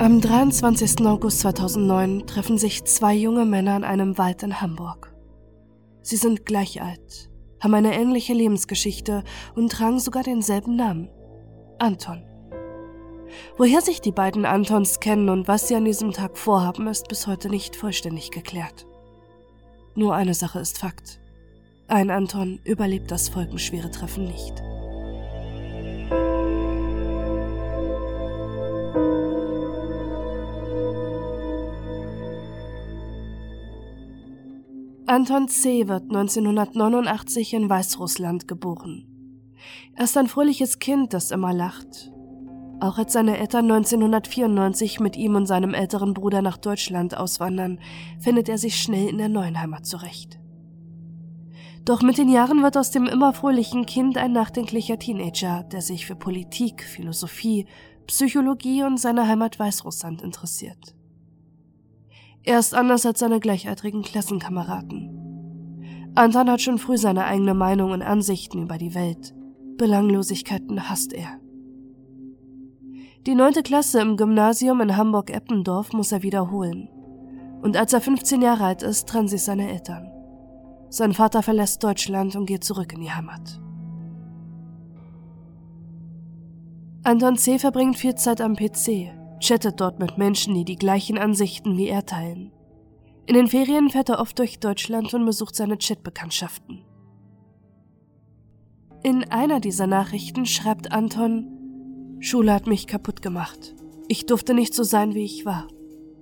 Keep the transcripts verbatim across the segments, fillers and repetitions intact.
Am dreiundzwanzigsten August zweitausendneun treffen sich zwei junge Männer in einem Wald in Hamburg. Sie sind gleich alt, haben eine ähnliche Lebensgeschichte und tragen sogar denselben Namen: Anton. Woher sich die beiden Antons kennen und was sie an diesem Tag vorhaben, ist bis heute nicht vollständig geklärt. Nur eine Sache ist Fakt: Ein Anton überlebt das folgenschwere Treffen nicht. Anton C. wird neunzehnhundertneunundachtzig in Weißrussland geboren. Er ist ein fröhliches Kind, das immer lacht. Auch als seine Eltern neunzehnhundertvierundneunzig mit ihm und seinem älteren Bruder nach Deutschland auswandern, findet er sich schnell in der neuen Heimat zurecht. Doch mit den Jahren wird aus dem immer fröhlichen Kind ein nachdenklicher Teenager, der sich für Politik, Philosophie, Psychologie und seine Heimat Weißrussland interessiert. Er ist anders als seine gleichaltrigen Klassenkameraden. Anton hat schon früh seine eigene Meinung und Ansichten über die Welt. Belanglosigkeiten hasst er. Die neunte Klasse im Gymnasium in Hamburg-Eppendorf muss er wiederholen. Und als er fünfzehn Jahre alt ist, trennen sich seine Eltern. Sein Vater verlässt Deutschland und geht zurück in die Heimat. Anton C. verbringt viel Zeit am P C, chattet dort mit Menschen, die die gleichen Ansichten wie er teilen. In den Ferien fährt er oft durch Deutschland und besucht seine Chatbekanntschaften. In einer dieser Nachrichten schreibt Anton: Schule hat mich kaputt gemacht. Ich durfte nicht so sein, wie ich war.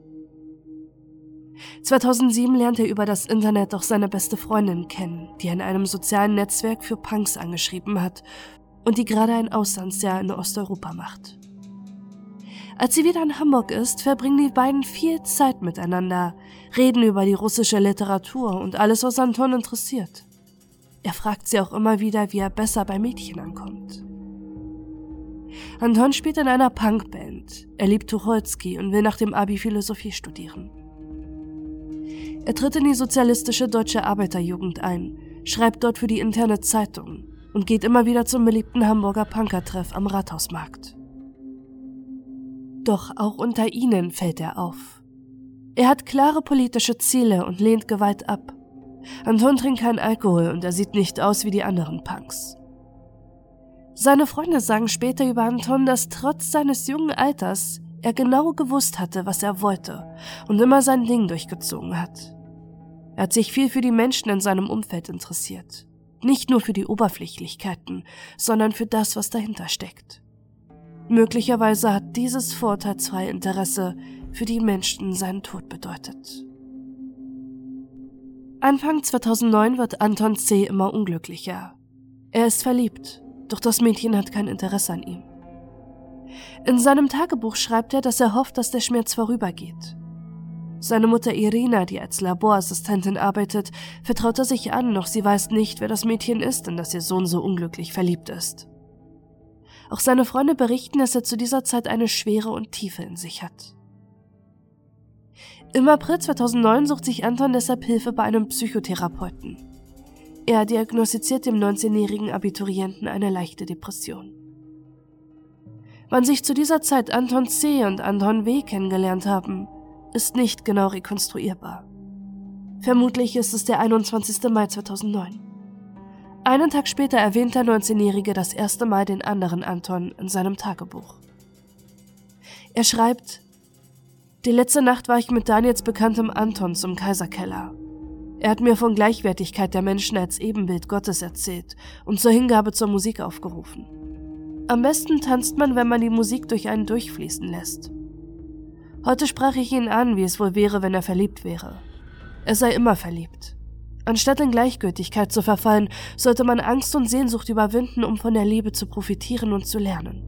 zweitausendsieben lernt er über das Internet auch seine beste Freundin kennen, die er in einem sozialen Netzwerk für Punks angeschrieben hat und die gerade ein Auslandsjahr in Osteuropa macht. Als sie wieder in Hamburg ist, verbringen die beiden viel Zeit miteinander, reden über die russische Literatur und alles, was Anton interessiert. Er fragt sie auch immer wieder, wie er besser bei Mädchen ankommt. Anton spielt in einer Punkband, er liebt Tucholsky und will nach dem Abi Philosophie studieren. Er tritt in die sozialistische Deutsche Arbeiterjugend ein, schreibt dort für die interne Zeitung und geht immer wieder zum beliebten Hamburger Punkertreff am Rathausmarkt. Doch auch unter ihnen fällt er auf. Er hat klare politische Ziele und lehnt Gewalt ab. Anton trinkt keinen Alkohol und er sieht nicht aus wie die anderen Punks. Seine Freunde sagen später über Anton, dass trotz seines jungen Alters er genau gewusst hatte, was er wollte und immer sein Ding durchgezogen hat. Er hat sich viel für die Menschen in seinem Umfeld interessiert. Nicht nur für die Oberflächlichkeiten, sondern für das, was dahinter steckt. Möglicherweise hat dieses vorurteilsfreie Interesse für die Menschen seinen Tod bedeutet. Anfang zweitausendneun wird Anton C. immer unglücklicher. Er ist verliebt, doch das Mädchen hat kein Interesse an ihm. In seinem Tagebuch schreibt er, dass er hofft, dass der Schmerz vorübergeht. Seine Mutter Irina, die als Laborassistentin arbeitet, vertraut er sich an, doch sie weiß nicht, wer das Mädchen ist, in das ihr Sohn so unglücklich verliebt ist. Auch seine Freunde berichten, dass er zu dieser Zeit eine Schwere und Tiefe in sich hat. Im April zweitausendneun sucht sich Anton deshalb Hilfe bei einem Psychotherapeuten. Er diagnostiziert dem neunzehnjährigen Abiturienten eine leichte Depression. Wann sich zu dieser Zeit Anton C. und Anton W. kennengelernt haben, ist nicht genau rekonstruierbar. Vermutlich ist es der einundzwanzigsten Mai zweitausendneun. Einen Tag später erwähnt der neunzehnjährige das erste Mal den anderen Anton in seinem Tagebuch. Er schreibt: Die letzte Nacht war ich mit Daniels Bekanntem Anton zum Kaiserkeller. Er hat mir von Gleichwertigkeit der Menschen als Ebenbild Gottes erzählt und zur Hingabe zur Musik aufgerufen. Am besten tanzt man, wenn man die Musik durch einen durchfließen lässt. Heute sprach ich ihn an, wie es wohl wäre, wenn er verliebt wäre. Er sei immer verliebt. Anstatt in Gleichgültigkeit zu verfallen, sollte man Angst und Sehnsucht überwinden, um von der Liebe zu profitieren und zu lernen.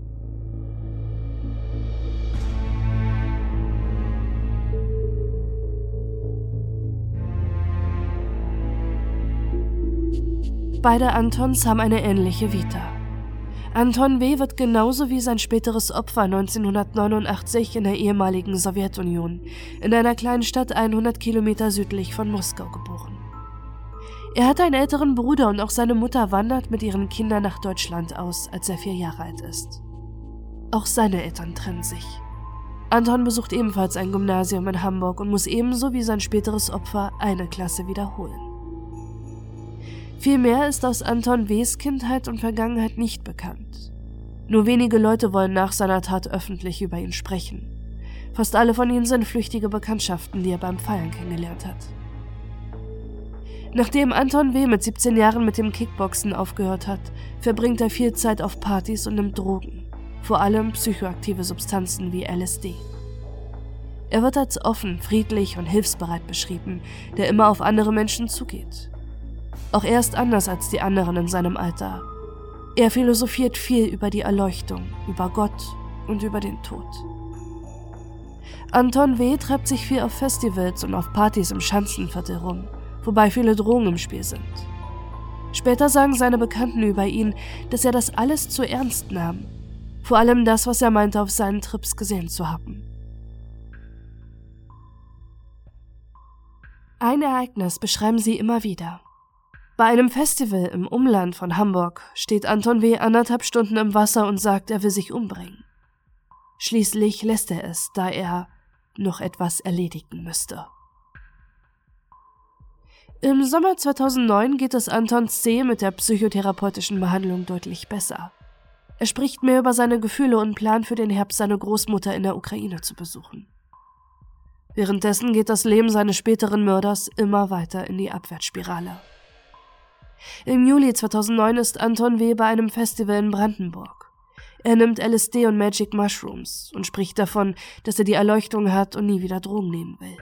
Beide Antons haben eine ähnliche Vita. Anton W. wird genauso wie sein späteres Opfer neunzehnhundertneunundachtzig in der ehemaligen Sowjetunion, in einer kleinen Stadt hundert Kilometer südlich von Moskau geboren. Er hat einen älteren Bruder und auch seine Mutter wandert mit ihren Kindern nach Deutschland aus, als er vier Jahre alt ist. Auch seine Eltern trennen sich. Anton besucht ebenfalls ein Gymnasium in Hamburg und muss ebenso wie sein späteres Opfer eine Klasse wiederholen. Viel mehr ist aus Anton W.'s Kindheit und Vergangenheit nicht bekannt. Nur wenige Leute wollen nach seiner Tat öffentlich über ihn sprechen. Fast alle von ihnen sind flüchtige Bekanntschaften, die er beim Feiern kennengelernt hat. Nachdem Anton W. mit siebzehn Jahren mit dem Kickboxen aufgehört hat, verbringt er viel Zeit auf Partys und nimmt Drogen, vor allem psychoaktive Substanzen wie L S D. Er wird als offen, friedlich und hilfsbereit beschrieben, der immer auf andere Menschen zugeht. Auch er ist anders als die anderen in seinem Alter. Er philosophiert viel über die Erleuchtung, über Gott und über den Tod. Anton W. treibt sich viel auf Festivals und auf Partys im Schanzenviertel rum, wobei viele Drogen im Spiel sind. Später sagen seine Bekannten über ihn, dass er das alles zu ernst nahm. Vor allem das, was er meinte, auf seinen Trips gesehen zu haben. Ein Ereignis beschreiben sie immer wieder. Bei einem Festival im Umland von Hamburg steht Anton W. anderthalb Stunden im Wasser und sagt, er will sich umbringen. Schließlich lässt er es, da er noch etwas erledigen müsste. Im Sommer zweitausendneun geht es Anton C. mit der psychotherapeutischen Behandlung deutlich besser. Er spricht mehr über seine Gefühle und plant für den Herbst seine Großmutter in der Ukraine zu besuchen. Währenddessen geht das Leben seines späteren Mörders immer weiter in die Abwärtsspirale. Im Juli zweitausendneun ist Anton W. bei einem Festival in Brandenburg. Er nimmt L S D und Magic Mushrooms und spricht davon, dass er die Erleuchtung hat und nie wieder Drogen nehmen will.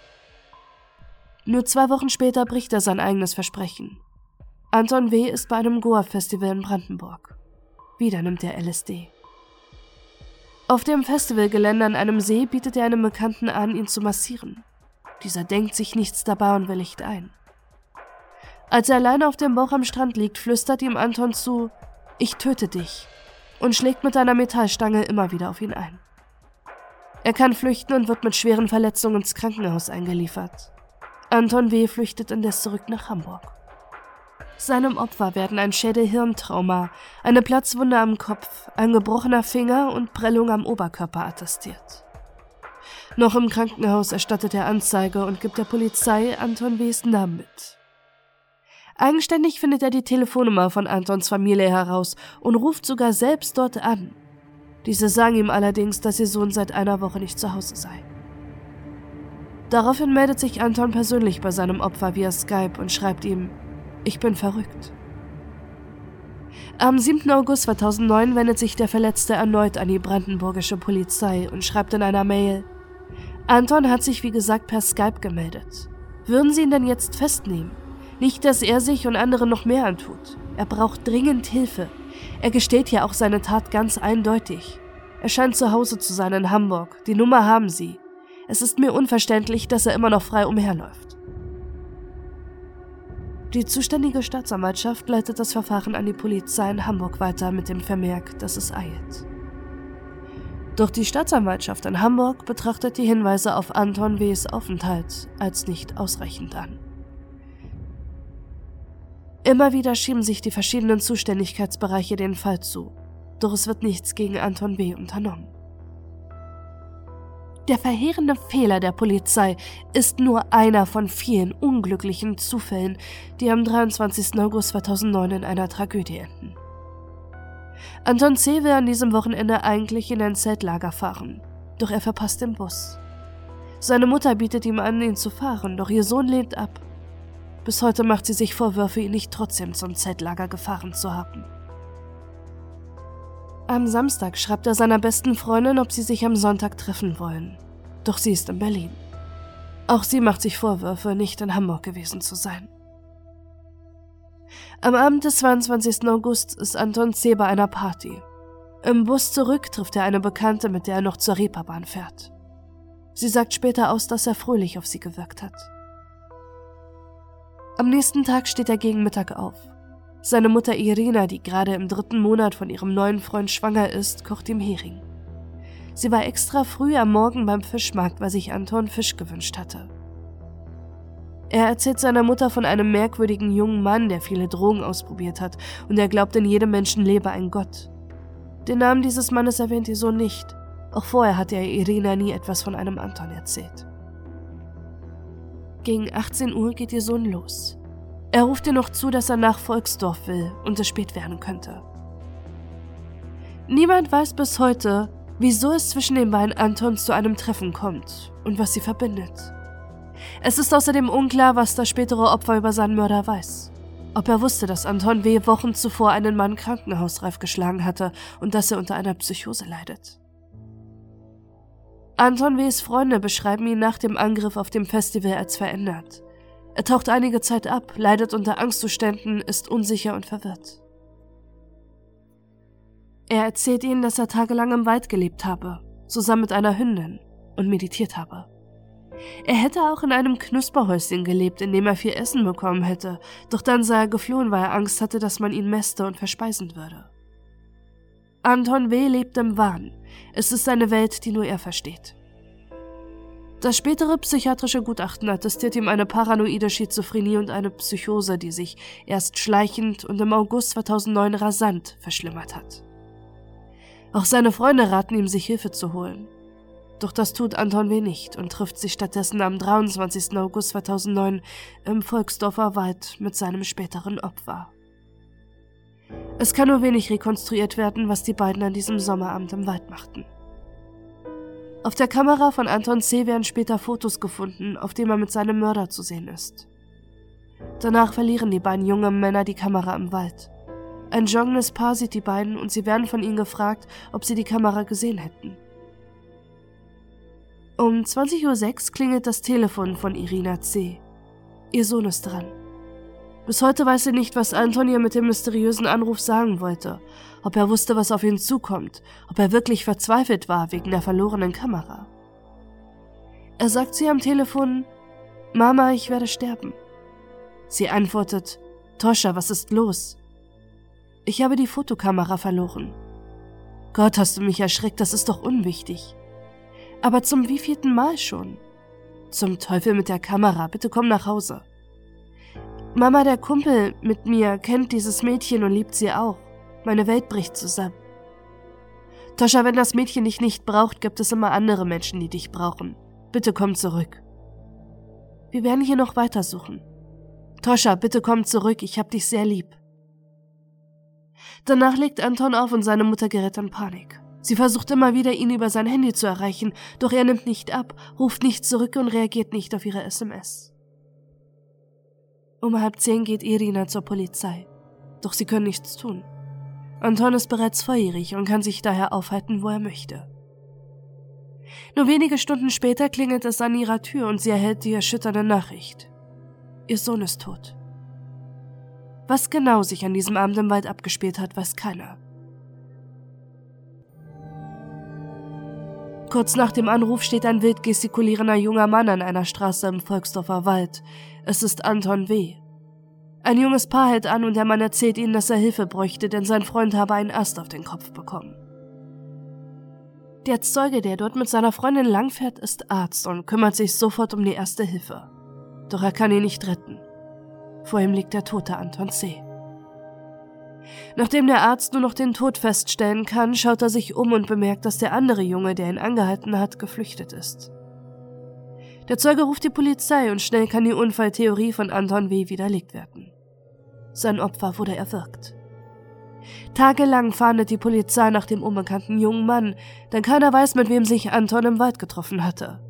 Nur zwei Wochen später bricht er sein eigenes Versprechen. Anton W. ist bei einem Goa-Festival in Brandenburg. Wieder nimmt er L S D. Auf dem Festivalgelände an einem See bietet er einem Bekannten an, ihn zu massieren. Dieser denkt sich nichts dabei und willigt ein. Als er alleine auf dem Bauch am Strand liegt, flüstert ihm Anton zu, »Ich töte dich«, und schlägt mit einer Metallstange immer wieder auf ihn ein. Er kann flüchten und wird mit schweren Verletzungen ins Krankenhaus eingeliefert. Anton W. flüchtet indes zurück nach Hamburg. Seinem Opfer werden ein Schädel-Hirntrauma, eine Platzwunde am Kopf, ein gebrochener Finger und Prellung am Oberkörper attestiert. Noch im Krankenhaus erstattet er Anzeige und gibt der Polizei Anton W.'s Namen mit. Eigenständig findet er die Telefonnummer von Antons Familie heraus und ruft sogar selbst dort an. Diese sagen ihm allerdings, dass ihr Sohn seit einer Woche nicht zu Hause sei. Daraufhin meldet sich Anton persönlich bei seinem Opfer via Skype und schreibt ihm, »Ich bin verrückt.« Am siebten August zweitausendneun wendet sich der Verletzte erneut an die brandenburgische Polizei und schreibt in einer Mail, Anton hat sich wie gesagt per Skype gemeldet. Würden Sie ihn denn jetzt festnehmen? Nicht, dass er sich und andere noch mehr antut. Er braucht dringend Hilfe. Er gesteht ja auch seine Tat ganz eindeutig. Er scheint zu Hause zu sein in Hamburg. Die Nummer haben Sie. Es ist mir unverständlich, dass er immer noch frei umherläuft. Die zuständige Staatsanwaltschaft leitet das Verfahren an die Polizei in Hamburg weiter mit dem Vermerk, dass es eilt. Doch die Staatsanwaltschaft in Hamburg betrachtet die Hinweise auf Anton W.'s Aufenthalt als nicht ausreichend an. Immer wieder schieben sich die verschiedenen Zuständigkeitsbereiche den Fall zu, doch es wird nichts gegen Anton W. unternommen. Der verheerende Fehler der Polizei ist nur einer von vielen unglücklichen Zufällen, die am dreiundzwanzigsten August zweitausendneun in einer Tragödie enden. Anton C. will an diesem Wochenende eigentlich in ein Zeltlager fahren, doch er verpasst den Bus. Seine Mutter bietet ihm an, ihn zu fahren, doch ihr Sohn lehnt ab. Bis heute macht sie sich Vorwürfe, ihn nicht trotzdem zum Zeltlager gefahren zu haben. Am Samstag schreibt er seiner besten Freundin, ob sie sich am Sonntag treffen wollen. Doch sie ist in Berlin. Auch sie macht sich Vorwürfe, nicht in Hamburg gewesen zu sein. Am Abend des zweiundzwanzigsten August ist Anton C. bei einer Party. Im Bus zurück trifft er eine Bekannte, mit der er noch zur Reeperbahn fährt. Sie sagt später aus, dass er fröhlich auf sie gewirkt hat. Am nächsten Tag steht er gegen Mittag auf. Seine Mutter Irina, die gerade im dritten Monat von ihrem neuen Freund schwanger ist, kocht ihm Hering. Sie war extra früh am Morgen beim Fischmarkt, weil sich Anton Fisch gewünscht hatte. Er erzählt seiner Mutter von einem merkwürdigen jungen Mann, der viele Drogen ausprobiert hat und er glaubt, in jedem Menschen lebe ein Gott. Den Namen dieses Mannes erwähnt ihr Sohn nicht, Auch vorher hatte er Irina nie etwas von einem Anton erzählt. Gegen achtzehn Uhr geht ihr Sohn los. Er ruft ihr noch zu, dass er nach Volksdorf will und es spät werden könnte. Niemand weiß bis heute, wieso es zwischen den beiden Antons zu einem Treffen kommt und was sie verbindet. Es ist außerdem unklar, was das spätere Opfer über seinen Mörder weiß. Ob er wusste, dass Anton W. Wochen zuvor einen Mann krankenhausreif geschlagen hatte und dass er unter einer Psychose leidet. Anton W.s Freunde beschreiben ihn nach dem Angriff auf dem Festival als verändert. Er taucht einige Zeit ab, leidet unter Angstzuständen, ist unsicher und verwirrt. Er erzählt ihnen, dass er tagelang im Wald gelebt habe, zusammen mit einer Hündin, und meditiert habe. Er hätte auch in einem Knusperhäuschen gelebt, in dem er viel Essen bekommen hätte, doch dann sei er geflohen, weil er Angst hatte, dass man ihn mäste und verspeisen würde. Anton W. lebt im Wahn. Es ist eine Welt, die nur er versteht. Das spätere psychiatrische Gutachten attestiert ihm eine paranoide Schizophrenie und eine Psychose, die sich erst schleichend und im August zweitausendneun rasant verschlimmert hat. Auch seine Freunde raten ihm, sich Hilfe zu holen. Doch das tut Anton W. nicht und trifft sich stattdessen am dreiundzwanzigsten August zweitausendneun im Volksdorfer Wald mit seinem späteren Opfer. Es kann nur wenig rekonstruiert werden, was die beiden an diesem Sommerabend im Wald machten. Auf der Kamera von Anton C. werden später Fotos gefunden, auf denen er mit seinem Mörder zu sehen ist. Danach verlieren die beiden jungen Männer die Kamera im Wald. Ein joggendes Paar sieht die beiden und sie werden von ihnen gefragt, ob sie die Kamera gesehen hätten. Um zwanzig Uhr sechs klingelt das Telefon von Irina C. Ihr Sohn ist dran. Bis heute weiß sie nicht, was Anton ihr mit dem mysteriösen Anruf sagen wollte, ob er wusste, was auf ihn zukommt, ob er wirklich verzweifelt war wegen der verlorenen Kamera. Er sagt zu ihr am Telefon, »Mama, ich werde sterben.« Sie antwortet, »Toscha, was ist los?« »Ich habe die Fotokamera verloren.« »Gott, hast du mich erschreckt, das ist doch unwichtig.« »Aber zum wievielten Mal schon?« »Zum Teufel mit der Kamera, bitte komm nach Hause.« »Mama, der Kumpel mit mir kennt dieses Mädchen und liebt sie auch. Meine Welt bricht zusammen.« »Toscha, wenn das Mädchen dich nicht braucht, gibt es immer andere Menschen, die dich brauchen. Bitte komm zurück.« »Wir werden hier noch weitersuchen.« »Toscha, bitte komm zurück, ich hab dich sehr lieb.« Danach legt Anton auf und seine Mutter gerät in Panik. Sie versucht immer wieder, ihn über sein Handy zu erreichen, doch er nimmt nicht ab, ruft nicht zurück und reagiert nicht auf ihre S M S. Um halb zehn geht Irina zur Polizei, doch sie können nichts tun. Anton ist bereits volljährig und kann sich daher aufhalten, wo er möchte. Nur wenige Stunden später klingelt es an ihrer Tür und sie erhält die erschütternde Nachricht. Ihr Sohn ist tot. Was genau sich an diesem Abend im Wald abgespielt hat, weiß keiner. Kurz nach dem Anruf steht ein wild gestikulierender junger Mann an einer Straße im Volksdorfer Wald. Es ist Anton W. Ein junges Paar hält an und der Mann erzählt ihnen, dass er Hilfe bräuchte, denn sein Freund habe einen Ast auf den Kopf bekommen. Der Zeuge, der dort mit seiner Freundin langfährt, ist Arzt und kümmert sich sofort um die erste Hilfe. Doch er kann ihn nicht retten. Vor ihm liegt der tote Anton C. Nachdem der Arzt nur noch den Tod feststellen kann, schaut er sich um und bemerkt, dass der andere Junge, der ihn angehalten hat, geflüchtet ist. Der Zeuge ruft die Polizei und schnell kann die Unfalltheorie von Anton W. widerlegt werden. Sein Opfer wurde erwürgt. Tagelang fahndet die Polizei nach dem unbekannten jungen Mann, denn keiner weiß, mit wem sich Anton im Wald getroffen hatte.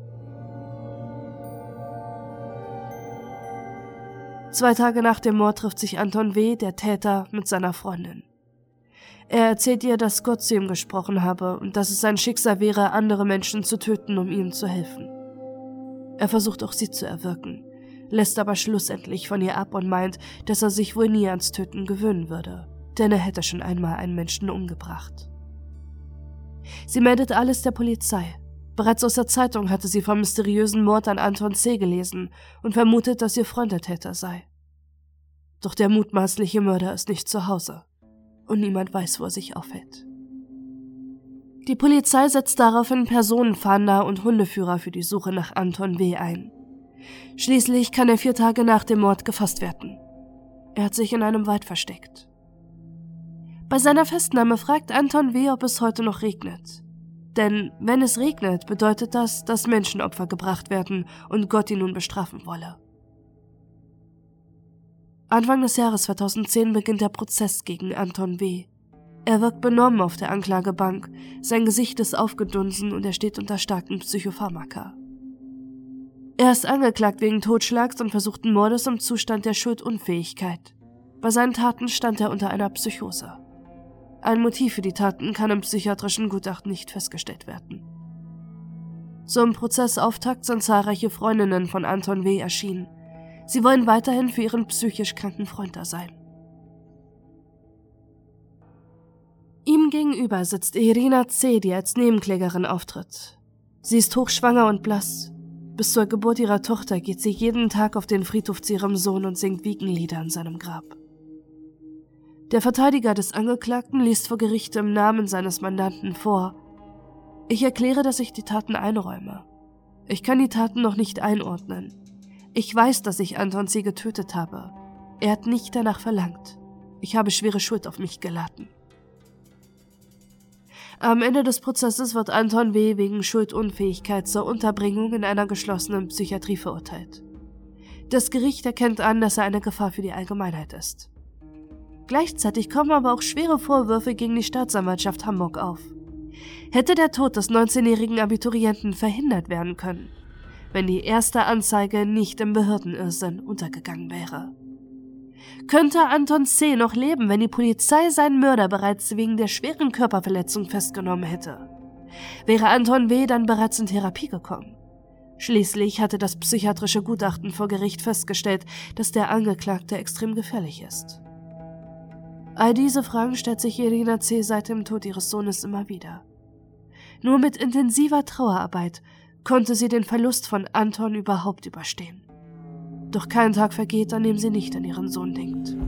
Zwei Tage nach dem Mord trifft sich Anton W., der Täter, mit seiner Freundin. Er erzählt ihr, dass Gott zu ihm gesprochen habe und dass es sein Schicksal wäre, andere Menschen zu töten, um ihnen zu helfen. Er versucht auch sie zu erwürgen, lässt aber schlussendlich von ihr ab und meint, dass er sich wohl nie ans Töten gewöhnen würde, denn er hätte schon einmal einen Menschen umgebracht. Sie meldet alles der Polizei. Bereits aus der Zeitung hatte sie vom mysteriösen Mord an Anton C. gelesen und vermutet, dass ihr Freund der Täter sei. Doch der mutmaßliche Mörder ist nicht zu Hause und niemand weiß, wo er sich aufhält. Die Polizei setzt daraufhin Personenfahnder und Hundeführer für die Suche nach Anton W. ein. Schließlich kann er vier Tage nach dem Mord gefasst werden. Er hat sich in einem Wald versteckt. Bei seiner Festnahme fragt Anton W., ob es heute noch regnet. Denn wenn es regnet, bedeutet das, dass Menschenopfer gebracht werden und Gott ihn nun bestrafen wolle. Anfang des Jahres zweitausendzehn beginnt der Prozess gegen Anton W. Er wirkt benommen auf der Anklagebank, sein Gesicht ist aufgedunsen und er steht unter starken Psychopharmaka. Er ist angeklagt wegen Totschlags und versuchten Mordes im Zustand der Schuldunfähigkeit. Bei seinen Taten stand er unter einer Psychose. Ein Motiv für die Taten kann im psychiatrischen Gutachten nicht festgestellt werden. Zum Prozessauftakt sind zahlreiche Freundinnen von Anton W. erschienen. Sie wollen weiterhin für ihren psychisch kranken Freund da sein. Ihm gegenüber sitzt Irina C., die als Nebenklägerin auftritt. Sie ist hochschwanger und blass. Bis zur Geburt ihrer Tochter geht sie jeden Tag auf den Friedhof zu ihrem Sohn und singt Wiegenlieder an seinem Grab. Der Verteidiger des Angeklagten liest vor Gericht im Namen seines Mandanten vor: Ich erkläre, dass ich die Taten einräume. Ich kann die Taten noch nicht einordnen. Ich weiß, dass ich Anton C. getötet habe. Er hat nicht danach verlangt. Ich habe schwere Schuld auf mich geladen. Am Ende des Prozesses wird Anton W. wegen Schuldunfähigkeit zur Unterbringung in einer geschlossenen Psychiatrie verurteilt. Das Gericht erkennt an, dass er eine Gefahr für die Allgemeinheit ist. Gleichzeitig kommen aber auch schwere Vorwürfe gegen die Staatsanwaltschaft Hamburg auf. Hätte der Tod des neunzehnjährigen Abiturienten verhindert werden können, wenn die erste Anzeige nicht im Behördenirrsinn untergegangen wäre? Könnte Anton C. noch leben, wenn die Polizei seinen Mörder bereits wegen der schweren Körperverletzung festgenommen hätte? Wäre Anton W. dann bereits in Therapie gekommen? Schließlich hatte das psychiatrische Gutachten vor Gericht festgestellt, dass der Angeklagte extrem gefährlich ist. All diese Fragen stellt sich Irina C. seit dem Tod ihres Sohnes immer wieder. Nur mit intensiver Trauerarbeit konnte sie den Verlust von Anton überhaupt überstehen. Doch kein Tag vergeht, an dem sie nicht an ihren Sohn denkt.